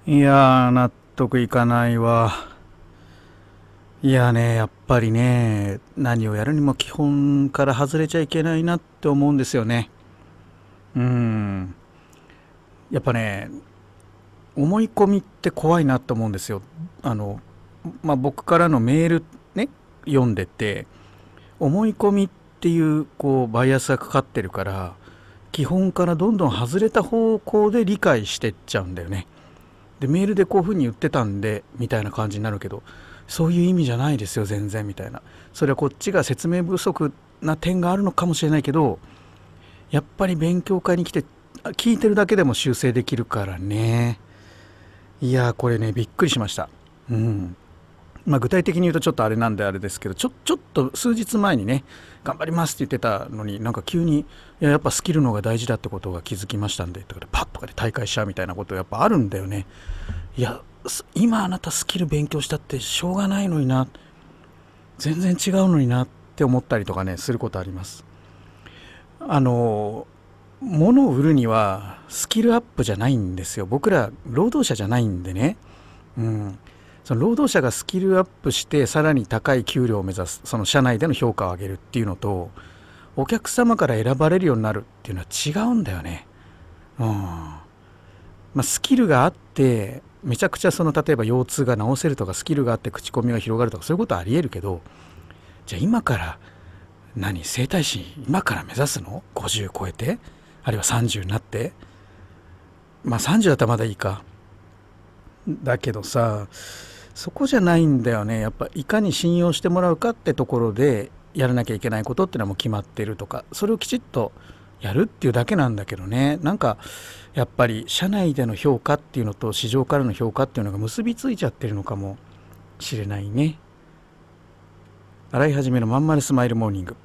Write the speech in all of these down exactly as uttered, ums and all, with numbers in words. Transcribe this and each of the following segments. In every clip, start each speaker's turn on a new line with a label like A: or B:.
A: いやー、納得いかないわ。いやね、やっぱりね、何をやるにも基本から外れちゃいけないなって思うんですよね。うーん。やっぱね、思い込みって怖いなと思うんですよ。あの、まあ、僕からのメールね、読んでて、思い込みっていうこうバイアスがかかってるから、基本からどんどん外れた方向で理解してっちゃうんだよね。でメールでこういうふうに言ってたんでみたいな感じになるけど、そういう意味じゃないですよ全然みたいな。それはこっちが説明不足な点があるのかもしれないけど、やっぱり勉強会に来て聞いてるだけでも修正できるからね。いやーこれねびっくりしました。うん。まあ、具体的に言うとちょっとあれなんであれですけど、ちょちょっと数日前にね頑張りますって言ってたのに、なんか急にいややっぱスキルの方が大事だってことが気づきましたんでとかでパッとかで大会しちゃうみたいなことやっぱあるんだよね。いや今あなたスキル勉強したってしょうがないのにな、全然違うのになって思ったりとかねすることあります。あの物を売るにはスキルアップじゃないんですよ。僕ら労働者じゃないんでね。うん。その労働者がスキルアップしてさらに高い給料を目指す、その社内での評価を上げるっていうのと、お客様から選ばれるようになるっていうのは違うんだよね。うん。まあ、スキルがあってめちゃくちゃその例えば腰痛が治せるとか、スキルがあって口コミが広がるとか、そういうことはありえるけど、じゃあ今から何整体師今から目指すの？ ごじゅう 超えて、あるいはさんじゅうになって、まあさんじゅうだったらまだいいか。だけどさ、そこじゃないんだよね。やっぱいかに信用してもらうかってところでやらなきゃいけないことっていうのはもう決まってるとか、それをきちっとやるっていうだけなんだけどね。なんかやっぱり社内での評価っていうのと市場からの評価っていうのが結びついちゃってるのかもしれないね。洗い始めのまんまるスマイルモーニング。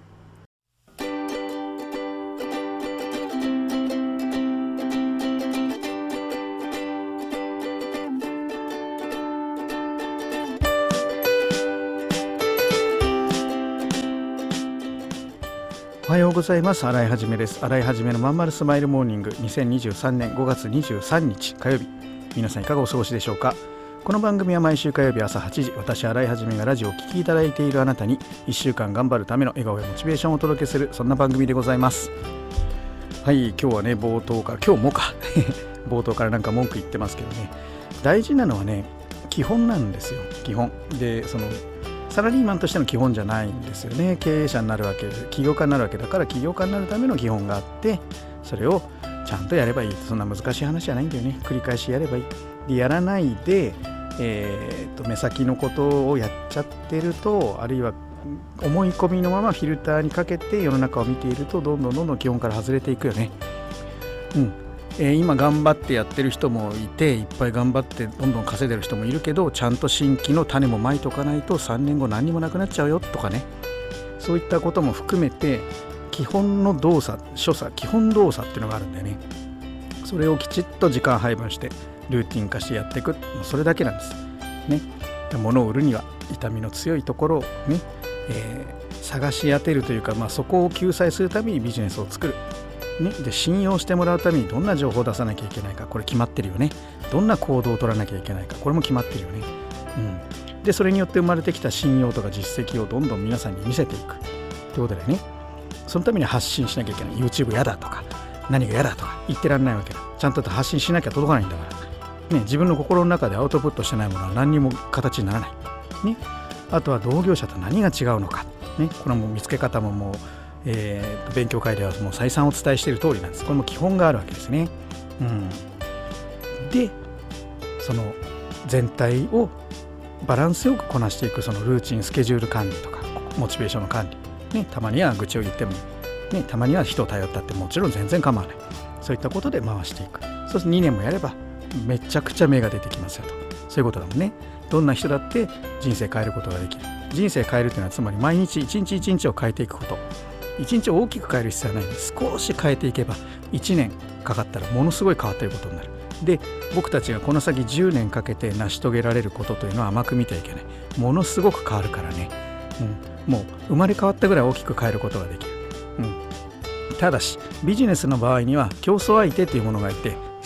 A: おはようございます。洗い始めです。洗い始めのまんまるスマイルモーニング、にせんにじゅうさんねんごがつにじゅうさんにち火曜日、皆さんいかがお過ごしでしょうか。この番組は毎週火曜日朝はちじ、私洗い始めがラジオを聴きいただいているあなたにいっしゅうかん頑張るための笑顔やモチベーションをお届けする、そんな番組でございます。はい、今日はね冒頭から今日もか冒頭からなんか文句言ってますけどね、大事なのはね基本なんですよ。基本で、そのサラリーマンとしての基本じゃないんですよね。経営者になるわけで、起業家になるわけだから、起業家になるための基本があって、それをちゃんとやればいい。そんな難しい話じゃないんだよね。繰り返しやればいい。でやらないで、えー、と目先のことをやっちゃってると、あるいは思い込みのままフィルターにかけて世の中を見ていると、どんどんどんどん基本から外れていくよね。うん。えー今頑張ってやってる人もいて、いっぱい頑張ってどんどん稼いでる人もいるけど、ちゃんと新規の種もまいとかないとさんねんご何にもなくなっちゃうよとかね、そういったことも含めて基本の動作、所作、基本動作っていうのがあるんだよね。それをきちっと時間配分してルーティン化してやっていく、それだけなんですね。物を売るには痛みの強いところをね、えー探し当てるというか、まあ、そこを救済するためにビジネスを作るね。で信用してもらうためにどんな情報を出さなきゃいけないか、これ決まってるよね。どんな行動を取らなきゃいけないか、これも決まってるよね。うん、でそれによって生まれてきた信用とか実績をどんどん皆さんに見せていくってことでね。そのために発信しなきゃいけない。 YouTube やだとか何がやだとか言ってらんないわけだ。ちゃんと発信しなきゃ届かないんだからね。自分の心の中でアウトプットしてないものは何にも形にならないね。あとは同業者と何が違うのかね。これも見つけ方ももうえー、勉強会ではもう再三お伝えしている通りなんです。これも基本があるわけですね。うん、でその全体をバランスよくこなしていく、そのルーチン、スケジュール管理とかモチベーションの管理、ね、たまには愚痴を言ってもいい、ね、たまには人を頼ったってもちろん全然構わない。そういったことで回していく。そうするとにねんもやればめちゃくちゃ芽が出てきますよと。そういうことだもんね。どんな人だって人生変えることができる。人生変えるというのはつまり毎日一日一日を変えていくこと。一日を大きく変える必要はないんです。少し変えていけばいちねんかかったらものすごい変わっていることになる。で僕たちがこの先じゅうねんかけて成し遂げられることというのは甘く見てはいけない。ものすごく変わるからね、うん、もう生まれ変わったぐらい大きく変えることができる、うん、ただしビジネスの場合には競争相手というものがいて、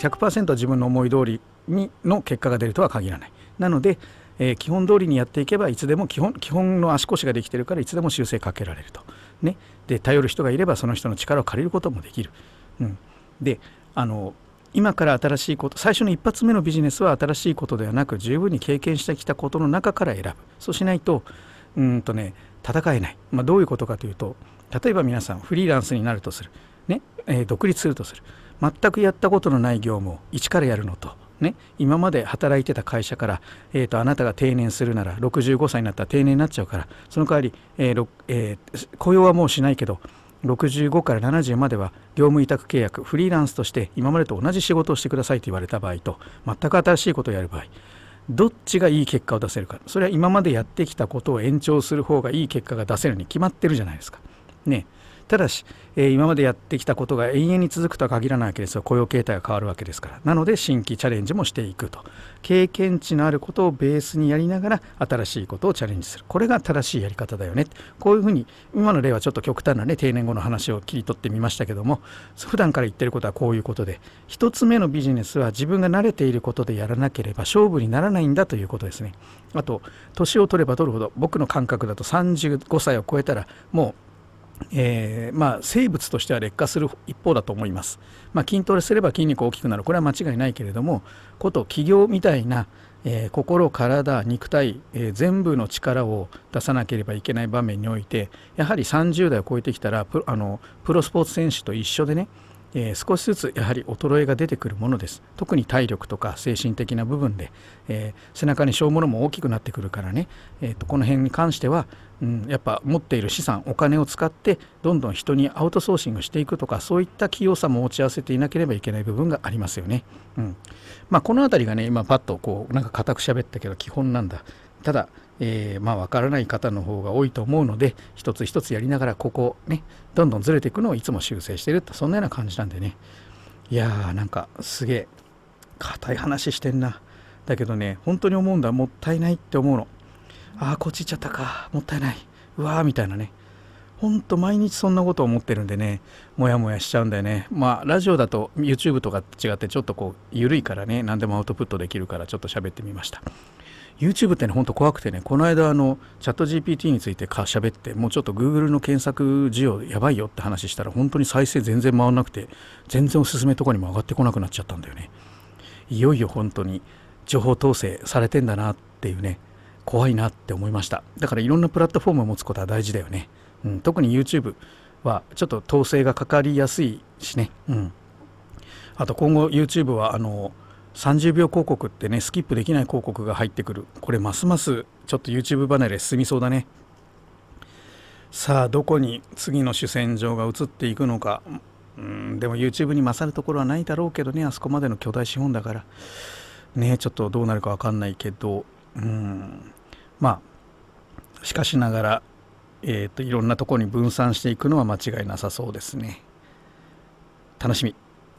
A: ひゃくパーセント 自分の思い通りにの結果が出るとは限らない。なので、えー、基本通りにやっていけばいつでも基本基本の足腰ができているからいつでも修正かけられると、ね、で頼る人がいればその人の力を借りることもできる、うん、であの今から新しいこと、最初の一発目のビジネスは新しいことではなく十分に経験してきたことの中から選ぶ。そうしないとうんとね戦えない。まあ、どういうことかというと、例えば皆さんフリーランスになるとする、ねえー、独立するとする。全くやったことのない業務を一からやるのと、ね、今まで働いてた会社から、えー、とあなたが定年するならろくじゅうごさいになったら定年になっちゃうから、その代わり、えーえー、雇用はもうしないけどろくじゅうごからななじゅうまでは業務委託契約フリーランスとして今までと同じ仕事をしてくださいと言われた場合と、全く新しいことをやる場合、どっちがいい結果を出せるか。それは今までやってきたことを延長する方がいい結果が出せるに決まってるじゃないですかね。ただし、えー、今までやってきたことが永遠に続くとは限らないわけですよ。雇用形態が変わるわけですから。なので新規チャレンジもしていくと、経験値のあることをベースにやりながら新しいことをチャレンジする。これが正しいやり方だよね。こういうふうに、今の例はちょっと極端なね定年後の話を切り取ってみましたけども、普段から言ってることはこういうことで、一つ目のビジネスは自分が慣れていることでやらなければ勝負にならないんだということですね。あと年を取れば取るほど、僕の感覚だとさんじゅうごさいを超えたらもうえーまあ、生物としては劣化する一方だと思います。まあ、筋トレすれば筋肉大きくなる、これは間違いないけれども、こと起業みたいな、えー、心体肉体、えー、全部の力を出さなければいけない場面において、やはりさんじゅう代を超えてきたらプロ、あのプロスポーツ選手と一緒でね、えー、少しずつやはり衰えが出てくるものです。特に体力とか精神的な部分で、えー、背中に背負うものも大きくなってくるからね、えー、とこの辺に関しては、うん、やっぱ持っている資産お金を使ってどんどん人にアウトソーシングしていくとか、そういった器用さも持ち合わせていなければいけない部分がありますよね。うんまあ、このあたりがね今パッとこうなんか固く喋ったけど基本なんだ。ただえー、まあ分からない方の方が多いと思うので、一つ一つやりながらここねどんどんずれていくのをいつも修正してるって、そんなような感じなんでね。いやーなんかすげえ硬い話してんな。だけどね本当に思うんだ。もったいないって思うの。ああこっち行っちゃったか、もったいない、うわーみたいなね。ほんと毎日そんなこと思ってるんでね、もやもやしちゃうんだよね。まあラジオだと YouTube とか違ってちょっとこう緩いからね、何でもアウトプットできるからちょっと喋ってみました。YouTube ってねほんと怖くてね、この間あのチャット ジーピーティー についてか喋って、もうちょっと Google の検索需要やばいよって話したら、本当に再生全然回んなくて、全然おすすめとかにも上がってこなくなっちゃったんだよね。いよいよ本当に情報統制されてんだなっていうね、怖いなって思いました。だからいろんなプラットフォームを持つことは大事だよね。うん、特に YouTube はちょっと統制がかかりやすいしね。うん、あと今後 YouTube はあのさんじゅうびょう広告ってねスキップできない広告が入ってくる。これますますちょっと YouTube 離れ進みそうだね。さあどこに次の主戦場が移っていくのか。うんでも YouTube に勝るところはないだろうけどね、あそこまでの巨大資本だからね、ちょっとどうなるか分かんないけど、うんまあしかしながら、えー、といろんなところに分散していくのは間違いなさそうですね。楽しみ。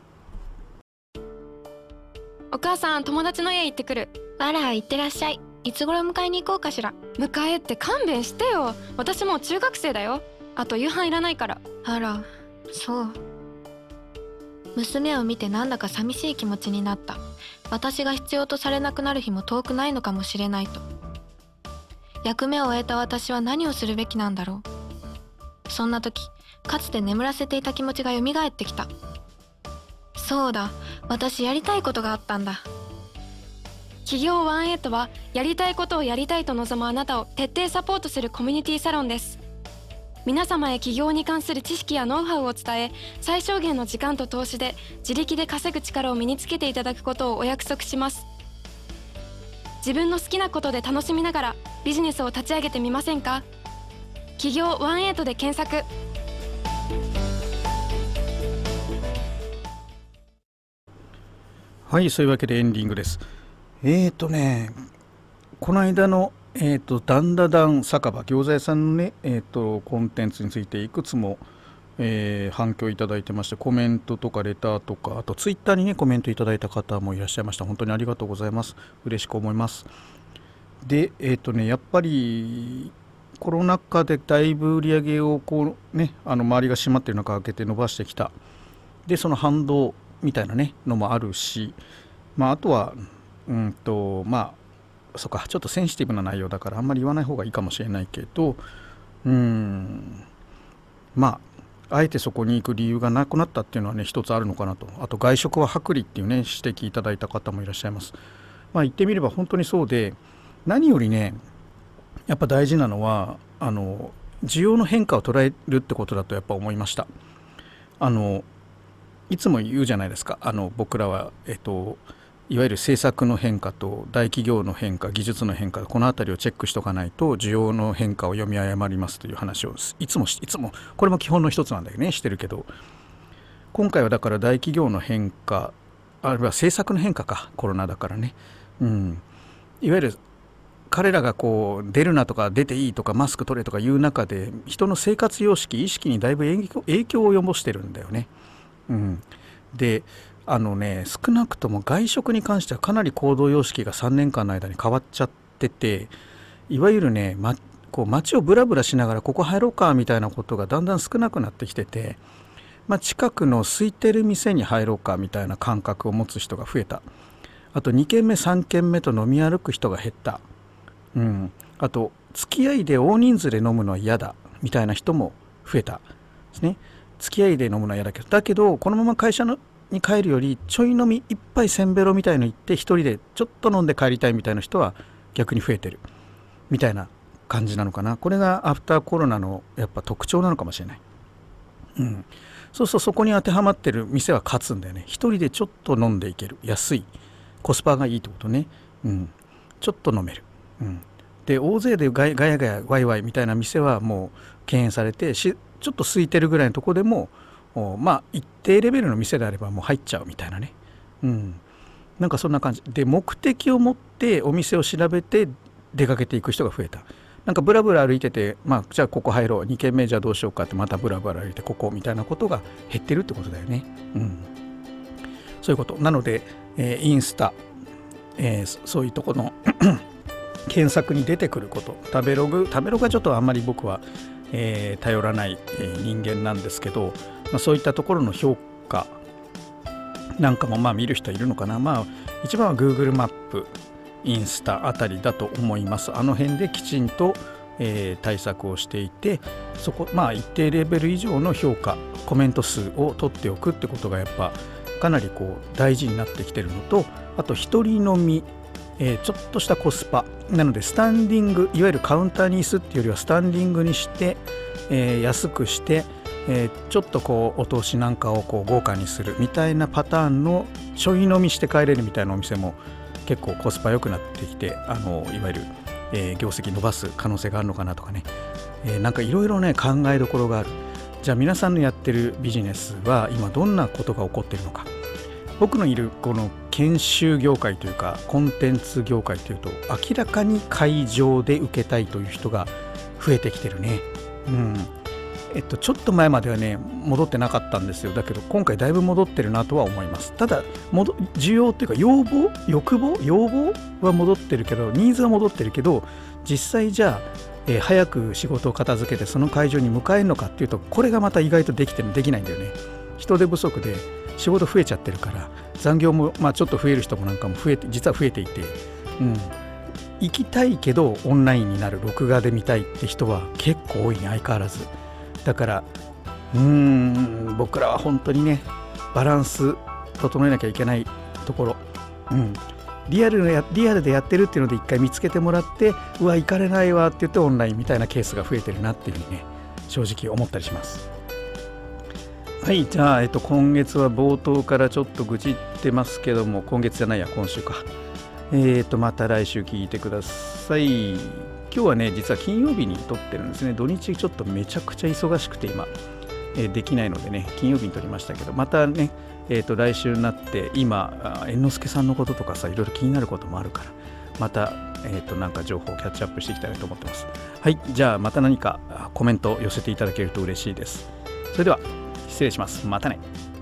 B: お母さん友達の家行ってくる。
C: あら行ってらっしゃい。いつ頃迎えに行こうかしら。
B: 迎えって勘弁してよ。私もう中学生だよ。あと夕飯いらないから。
C: あらそう。娘を見てなんだか寂しい気持ちになった。私が必要とされなくなる日も遠くないのかもしれないと。役目を終えた私は何をするべきなんだろう。そんな時かつて眠らせていた気持ちがよみがえってきた。そうだ、私やりたいことがあったんだ。
B: 企業ワンエイトはやりたいことをやりたいと望むあなたを徹底サポートするコミュニティサロンです。皆様へ起業に関する知識やノウハウを伝え、最小限の時間と投資で自力で稼ぐ力を身につけていただくことをお約束します。自分の好きなことで楽しみながらビジネスを立ち上げてみませんか。起業ワンエイトで検索。
A: はい、そういうわけでエンディングです。えーとねこの間のえーとダンダダン酒場餃子屋さんのね、えーとコンテンツについていくつも、えー反響いただいてまして、コメントとかレターとか、あとツイッターにねコメントいただいた方もいらっしゃいました。本当にありがとうございます。嬉しく思います。でえーとねやっぱりコロナ禍でだいぶ売り上げをこうねあの周りが閉まっている中開けて伸ばしてきた。でその反動みたいなねのもあるし、まあ、あとはうんとまあそっかちょっとセンシティブな内容だからあんまり言わない方がいいかもしれないけど、うーんまああえてそこに行く理由がなくなったっていうのはね一つあるのかなと。あと外食は薄利っていうね指摘いただいた方もいらっしゃいます。まあ言ってみれば本当にそうで、何よりねやっぱ大事なのはあの需要の変化を捉えるってことだとやっぱ思いました。あのいつも言うじゃないですか、あの僕らは、えっと、いわゆる政策の変化と大企業の変化、技術の変化、このあたりをチェックしとかないと需要の変化を読み誤りますという話をいつもいつもこれも基本の一つなんだよねしてるけど、今回はだから大企業の変化あるいは政策の変化か、コロナだからね、うん、いわゆる彼らがこう出るなとか出ていいとかマスク取れとかいう中で人の生活様式意識にだいぶ影響、影響を及ぼしてるんだよね。うん、であのね少なくとも外食に関してはかなり行動様式がさんねんかんの間に変わっちゃってて、いわゆるね、ま、こう街をブラブラしながらここ入ろうかみたいなことがだんだん少なくなってきてて、まあ、近くの空いてる店に入ろうかみたいな感覚を持つ人が増えた。あとにけんめさんけんめと飲み歩く人が減った。うん、あと付き合いで大人数で飲むのは嫌だみたいな人も増えたですね。付き合いで飲むのは嫌だけどだけどこのまま会社のに帰るよりちょい飲み一杯せんべろみたいの行って一人でちょっと飲んで帰りたいみたいな人は逆に増えてるみたいな感じなのかな。これがアフターコロナのやっぱ特徴なのかもしれない。うん、そうそう、そこに当てはまってる店は勝つんだよね。一人でちょっと飲んでいける、安い、コスパがいいってことね。うん、ちょっと飲める。うん、で大勢でガヤガヤガヤワイワイみたいな店はもう敬遠されてしちょっと空いてるぐらいのとこでもまあ一定レベルの店であればもう入っちゃうみたいなね、うん、なんかそんな感じで目的を持ってお店を調べて出かけていく人が増えた。なんかブラブラ歩いてて、まあじゃあここ入ろう、にけんめじゃあどうしようかってまたブラブラ歩いてここみたいなことが減ってるってことだよね。うん、そういうことなので、えー、インスタ、えー、そういうとこの検索に出てくること、食べログ食べログはちょっとあんまり僕は、えー、頼らない、えー、人間なんですけど、まあ、そういったところの評価なんかもまあ見る人いるのかな。まあ一番は Google マップ、インスタあたりだと思います。あの辺できちんと、えー、対策をしていて、そこまあ一定レベル以上の評価、コメント数を取っておくってことがやっぱかなりこう大事になってきてるのと、あと一人飲み、えー、ちょっとしたコスパなので、スタンディング、いわゆるカウンターに椅子っていうよりはスタンディングにして、えー、安くして、えー、ちょっとこうお通しなんかをこう豪華にするみたいなパターンのちょい飲みして帰れるみたいなお店も結構コスパ良くなってきて、あのいわゆる、えー、業績伸ばす可能性があるのかなとかね、えー、なんかいろいろね考えどころがある。じゃあ皆さんのやってるビジネスは今どんなことが起こっているのか。僕のいるこの研修業界というかコンテンツ業界というと、明らかに会場で受けたいという人が増えてきてるね。うんえっと、ちょっと前まではね戻ってなかったんですよ。だけど今回だいぶ戻ってるなとは思います。ただ戻需要っていうか要望欲望要望は戻ってるけど、ニーズは戻ってるけど、実際じゃあ、えー、早く仕事を片付けてその会場に迎えるのかっていうと、これがまた意外とできてできないんだよね。人手不足で仕事増えちゃってるから、残業も、まあ、ちょっと増える人もなんかも増えて実は増えていて、うん、行きたいけどオンラインになる、録画で見たいって人は結構多いね、相変わらず。だからうーん僕らは本当にねバランス整えなきゃいけないところ、うん、リアルやリアルでやってるっていうので一回見つけてもらって、うわ行かれないわって言ってオンラインみたいなケースが増えてるなっていうふうにね正直思ったりします。はい、じゃあ、えっと、今月は冒頭からちょっと愚痴ってますけども、今月じゃないや今週か、えっとまた来週聞いてください。今日はね実は金曜日に撮ってるんですね。土日ちょっとめちゃくちゃ忙しくて今、えー、できないのでね金曜日に撮りましたけど、またね、えー、と来週になって今猿之助さんのこととかさいろいろ気になることもあるから、また、えー、となんか情報をキャッチアップしていきたいなと思ってます。はい、じゃあまた何かコメント寄せていただけると嬉しいです。それでは失礼します。またね。